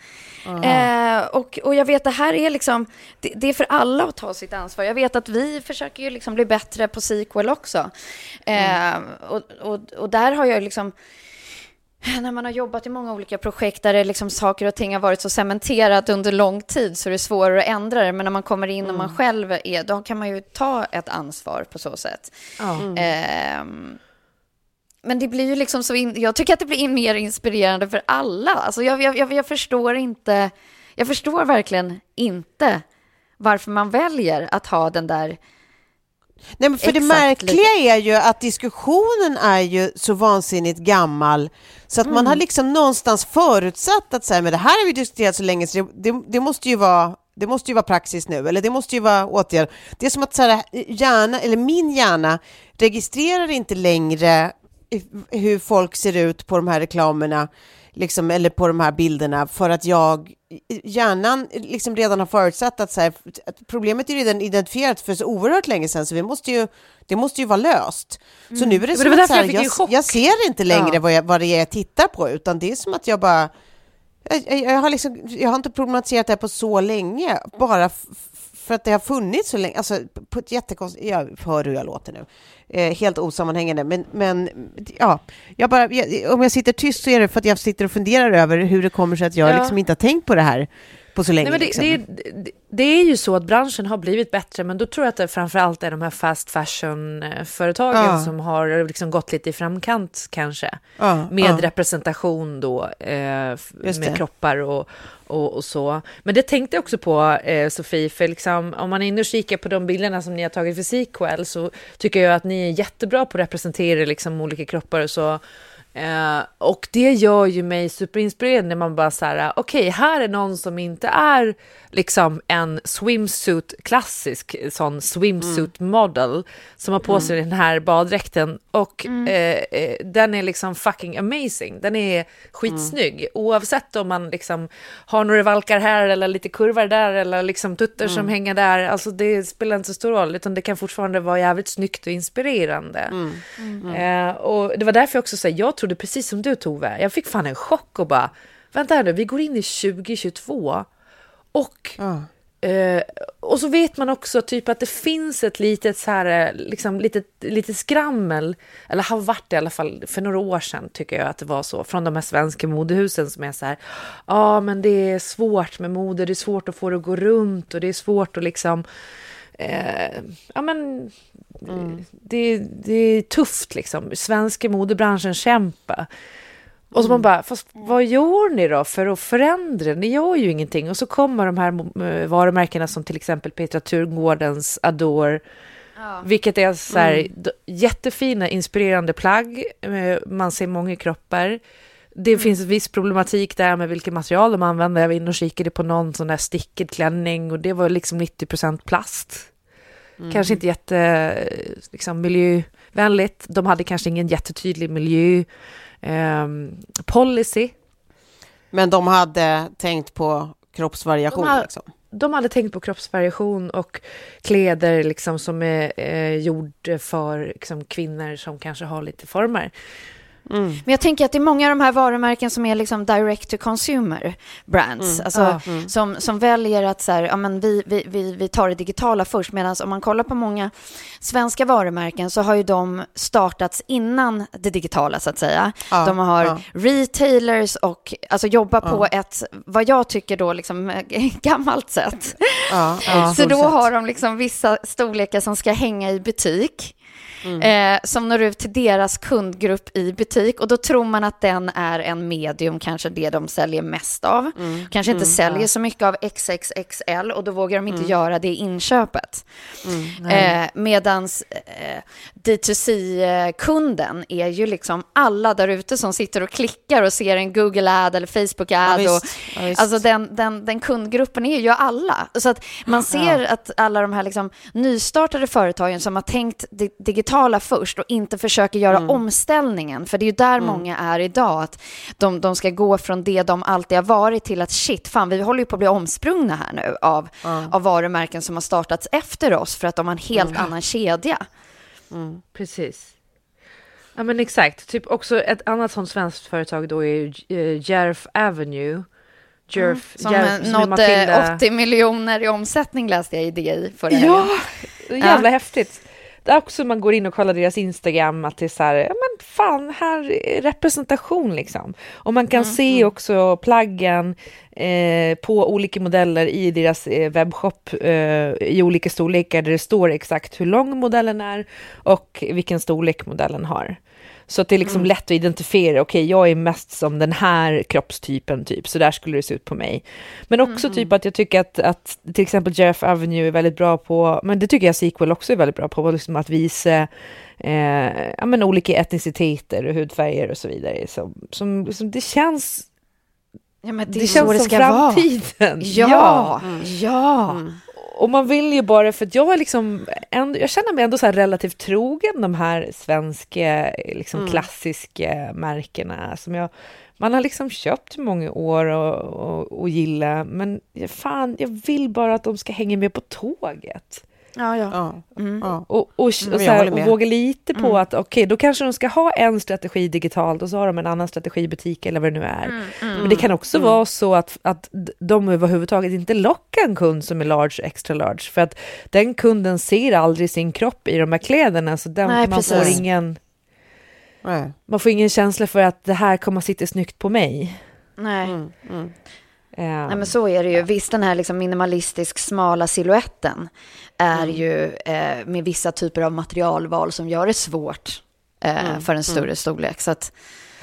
Och jag vet, det här är liksom det är för alla att ta sitt ansvar. Jag vet att vi försöker ju liksom bli bättre på sequel också. Och där har jag liksom när man har jobbat i många olika projekt där det liksom saker och ting har varit så cementerat under lång tid så är det svårare att ändra det. Men när man kommer in och man själv är, då kan man ju ta ett ansvar på så sätt. Men det blir ju liksom så, jag tycker att det blir mer inspirerande för alla. Alltså jag förstår inte, jag förstår verkligen inte varför man väljer att ha den där. Nej, men för det märkliga är ju att diskussionen är ju så vansinnigt gammal så att man har liksom någonstans förutsatt att säga, men det här har vi diskuterat så länge så det måste ju vara praxis nu, eller det måste ju vara åtgärd. Det är som att så här, min hjärna registrerar inte längre hur folk ser ut på de här reklamerna liksom, eller på de här bilderna, för att hjärnan liksom redan har förutsatt att, så här, att problemet är redan identifierat för så oerhört länge sedan, så det måste ju vara löst. Så nu är det som att så här, jag ser inte längre vad det är jag tittar på, utan det är som att jag bara jag har inte problematiserat det här på så länge, bara för att det har funnits så länge, alltså på ett jättekonstigt, jag hör hur jag låter nu, helt osammanhängande, men ja, om jag sitter tyst så är det för att jag sitter och funderar över hur det kommer sig att jag liksom inte har tänkt på det här på så länge. Nej, men det är ju så att branschen har blivit bättre, men då tror jag att det framförallt är de här fast fashion-företagen som har liksom gått lite i framkant kanske, med representation då, med kroppar och så. Men det tänkte jag också på, Sofie, för liksom, om man är inne och kikar på de bilderna som ni har tagit för Sequel, så tycker jag att ni är jättebra på att representera liksom olika kroppar och så. Och det gör ju mig superinspirerad när man bara så här, okej, här är någon som inte är liksom en swimsuit, klassisk sån swimsuit model som har på sig den här baddräkten och den är liksom fucking amazing, den är skitsnygg oavsett om man liksom har några valkar här eller lite kurvar där eller liksom tuttar som hänger där, alltså det spelar inte så stor roll, utan det kan fortfarande vara jävligt snyggt och inspirerande. Och det var därför jag också sa, jag trodde precis som du, Tove, jag fick fan en chock och bara, vänta här nu, vi går in i 2022 och så vet man också typ att det finns ett litet så här, liksom lite skrammel, eller har varit det i alla fall för några år sedan, tycker jag att det var så, från de här svenska modehusen som är så här, men det är svårt med mode, det är svårt att få det att gå runt och det är svårt att liksom det är tufft liksom, svenska modebranschen kämpa. Och så man bara, fast vad gör ni då för att förändra? Ni gör ju ingenting. Och så kommer de här varumärkena som till exempel Petra Tungårdens Adore, vilket är så här jättefina, inspirerande plagg. Man ser många kroppar. Det finns en viss problematik där med vilket material de använder. Jag var inne och kikade på någon sån där stickad klänning och det var liksom 90% plast. Kanske inte jätte liksom, miljövänligt. De hade kanske ingen jättetydlig policy. Men de hade tänkt på kroppsvariation. De hade tänkt på kroppsvariation och kläder liksom, som är gjord för liksom, kvinnor som kanske har lite former. Men jag tänker att det är många av de här varumärken som är liksom direct to consumer brands, alltså som väljer att så här, ja, men vi tar det digitala först, medan om man kollar på många svenska varumärken så har ju de startats innan det digitala så att säga. De har retailers och alltså jobbar på ett, vad jag tycker då liksom gammalt sätt. Så då har de liksom vissa storlekar som ska hänga i butik. Som når ut till deras kundgrupp i butik, och då tror man att den är en medium, kanske det de säljer mest av, kanske inte säljer så mycket av XXXL, och då vågar de inte göra det inköpet. Medans D2C-kunden är ju liksom alla där ute som sitter och klickar och ser en Google-ad eller Facebook-ad, alltså den kundgruppen är ju alla, så att man ser att alla de här liksom nystartade företagen som har tänkt digitala först och inte försöker göra omställningen, för det är ju där många är idag, att de ska gå från det de alltid har varit till att shit, fan, vi håller ju på att bli omsprungna här nu av varumärken som har startats efter oss för att de har en helt annan kedja. Precis. Ja, men exakt. Typ också ett annat sånt svenskt företag då är Jerf Avenue. Som nådde 80 miljoner i omsättning, läste jag i det förra helgen. Jävla häftigt. det är också man går in och kollar deras Instagram att det är så här, ja men fan, här är representation liksom. Och man kan se också plaggen på olika modeller i deras webbshop i olika storlekar där det står exakt hur lång modellen är och vilken storlek modellen har. Så att det är liksom lätt att identifiera, okej, jag är mest som den här kroppstypen typ, så där skulle det se ut på mig. Men också typ att jag tycker att till exempel Jeff Avenue är väldigt bra på, men det tycker jag Sequel också är väldigt bra på, liksom att visa olika etniciteter och hudfärger och så vidare. Som det känns... Ja, men det känns som framtiden. Ja. Och man vill ju bara, för att jag är liksom jag känner mig ändå så här relativt trogen de här svenska liksom klassiska märkena som man har liksom köpt många år och gillar, men fan, jag vill bara att de ska hänga med på tåget. Och våga lite på att okej, då kanske de ska ha en strategi digitalt och så har de en annan strategi i butik eller vad det nu är. Men det kan också vara så att de överhuvudtaget inte lockar en kund som är large, extra large, för att den kunden ser aldrig sin kropp i de här kläderna, så man får ingen känsla för att det här kommer att sitta snyggt på mig. Nej. Nej, men så är det ju. Visst, den här liksom minimalistisk smala siluetten är ju med vissa typer av materialval som gör det svårt för en större storlek. Så att,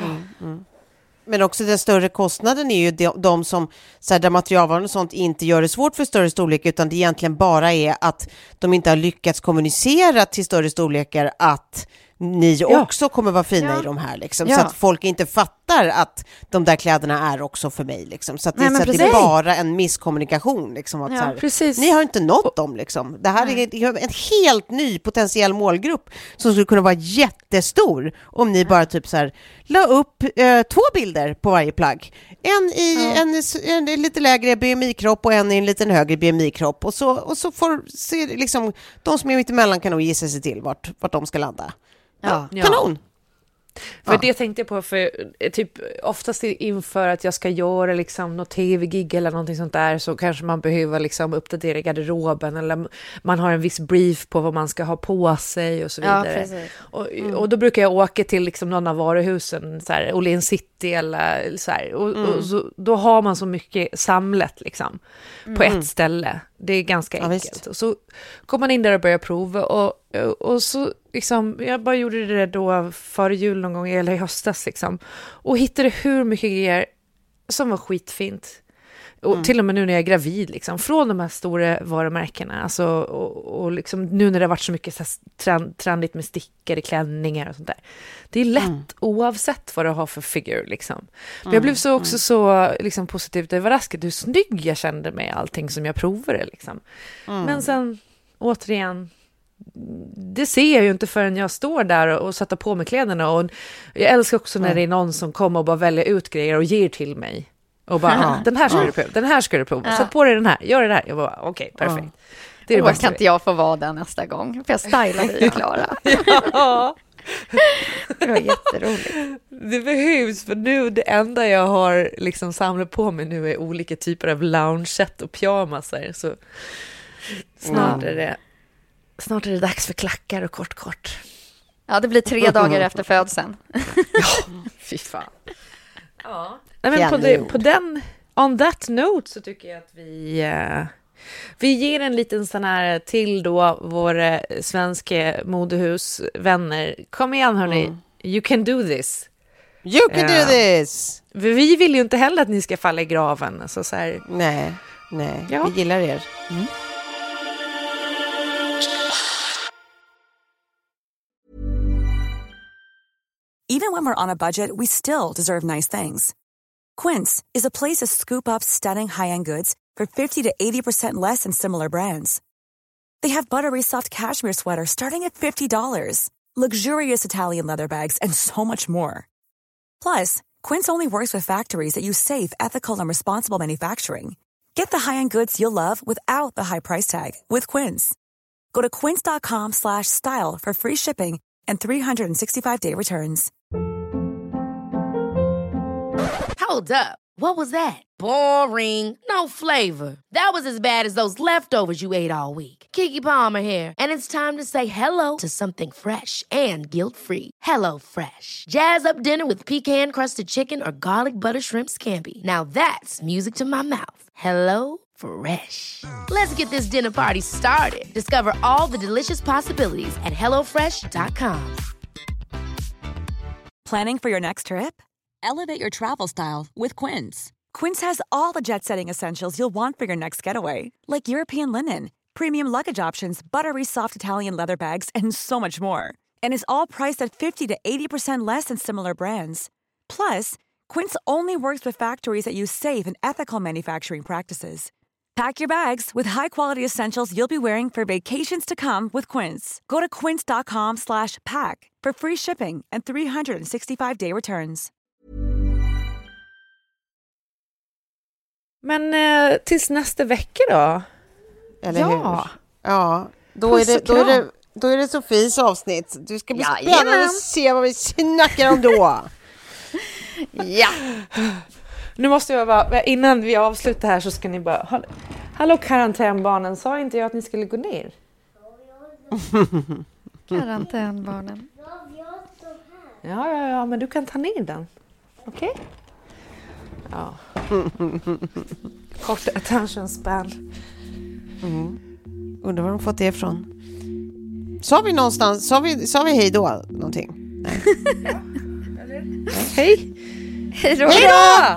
Men också den större kostnaden är ju de som så här, där materialvalen och sånt inte gör det svårt för större storlek, utan det egentligen bara är att de inte har lyckats kommunicera till större storlekar att ni också kommer vara fina i de här liksom, så att folk inte fattar att de där kläderna är också för mig liksom, så att det är bara en misskommunikation liksom, att så här, ni har inte nått dem liksom. Det här är en helt ny potentiell målgrupp som skulle kunna vara jättestor om ni bara typ så här la upp 2 bilder på varje plagg, en i en lite lägre BMI-kropp och en i en liten högre BMI-kropp, och så får se liksom, de som är mitt emellan kan nog gissa sig till vart de ska landa. Kanon! För det tänkte jag på, för typ oftast inför att jag ska göra liksom något tv-gig eller någonting sånt där, så kanske man behöver liksom uppdatera garderoben, eller man har en viss brief på vad man ska ha på sig och så vidare. Och då brukar jag åka till liksom någon av varuhusen, så här Åhléns City eller så här, och så, då har man så mycket samlat liksom på ett ställe. Det är ganska enkelt. Och så kommer man in där och börjar prova, och så liksom, jag bara gjorde det då före jul någon gång, eller i höstas liksom, och hittade hur mycket grejer som var skitfint. Och till och med nu när jag är gravid liksom, från de här stora varumärkena, alltså, och liksom, nu när det har varit så mycket så trendigt med stickade klänningar och sånt där. Det är lätt oavsett vad du har för figure liksom. Men jag blev så liksom positivt överraskad hur snygg jag kände med allting som jag provade liksom. Men sen återigen, det ser jag ju inte förrän jag står där och sätter på mig kläderna, och jag älskar också när det är någon som kommer och bara väljer ut grejer och ger till mig. Och bara, den här ska du prova, den här ska du prova. Sätt på dig den här, gör det här. Jag bara, okej, perfekt. Det är kan inte jag få vara den nästa gång? För jag stylar dig, Klara. Det var jätteroligt. Det behövs, för nu det enda jag har liksom samlat på mig nu är olika typer av lounge-set och pyjamasar. Så snart är det dags för klackar och kort. Ja, det blir 3 dagar efter födseln. Fy fan. Ja. Nej, men på den, on that note, så tycker jag att vi ger en liten sån här till då våra svenska modehusvänner. Kom igen hörni, you can do this. You can do this. Vi vill ju inte heller att ni ska falla i graven. Så här. Nej, vi gillar er. Even when we're on a budget, we still deserve nice things. Quince is a place to scoop up stunning high-end goods for 50 to 80% less than similar brands. They have buttery soft cashmere sweaters starting at $50, luxurious Italian leather bags, and so much more. Plus, Quince only works with factories that use safe, ethical, and responsible manufacturing. Get the high-end goods you'll love without the high price tag with Quince. Go to quince.com/style for free shipping and 365-day returns. Hold up. What was that? Boring. No flavor. That was as bad as those leftovers you ate all week. Keke Palmer here, and it's time to say hello to something fresh and guilt-free. Hello Fresh. Jazz up dinner with pecan-crusted chicken or garlic butter shrimp scampi. Now that's music to my mouth. Hello Fresh. Let's get this dinner party started. Discover all the delicious possibilities at hellofresh.com. Planning for your next trip? Elevate your travel style with Quince. Quince has all the jet-setting essentials you'll want for your next getaway, like European linen, premium luggage options, buttery soft Italian leather bags, and so much more. And is all priced at 50 to 80% less than similar brands. Plus, Quince only works with factories that use safe and ethical manufacturing practices. Pack your bags with high-quality essentials you'll be wearing for vacations to come with Quince. Go to quince.com/pack for free shipping and 365-day returns. Men tills nästa vecka då? Eller ja. Hur? Ja, då är det Sofies avsnitt. Det ska bli spännande att se vad vi snackar om då. Ja. Nu måste jag bara, innan vi avslutar här så ska ni bara, hallå karantänbarnen, sa inte jag att ni skulle gå ner? Karantänbarnen. Ja, men du kan ta ner den. Okej? Ja. Kort attention span. Undrar var de fått det ifrån. Sa vi någonstans, sa vi hej då någonting? Nej. Hej. Hej då! Hej då!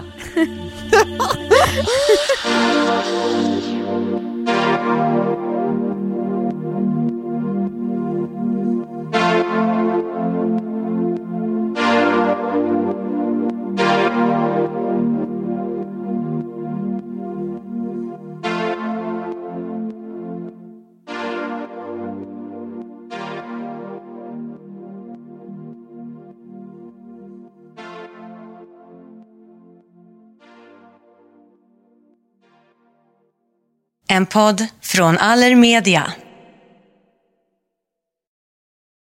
En podd från Allermedia.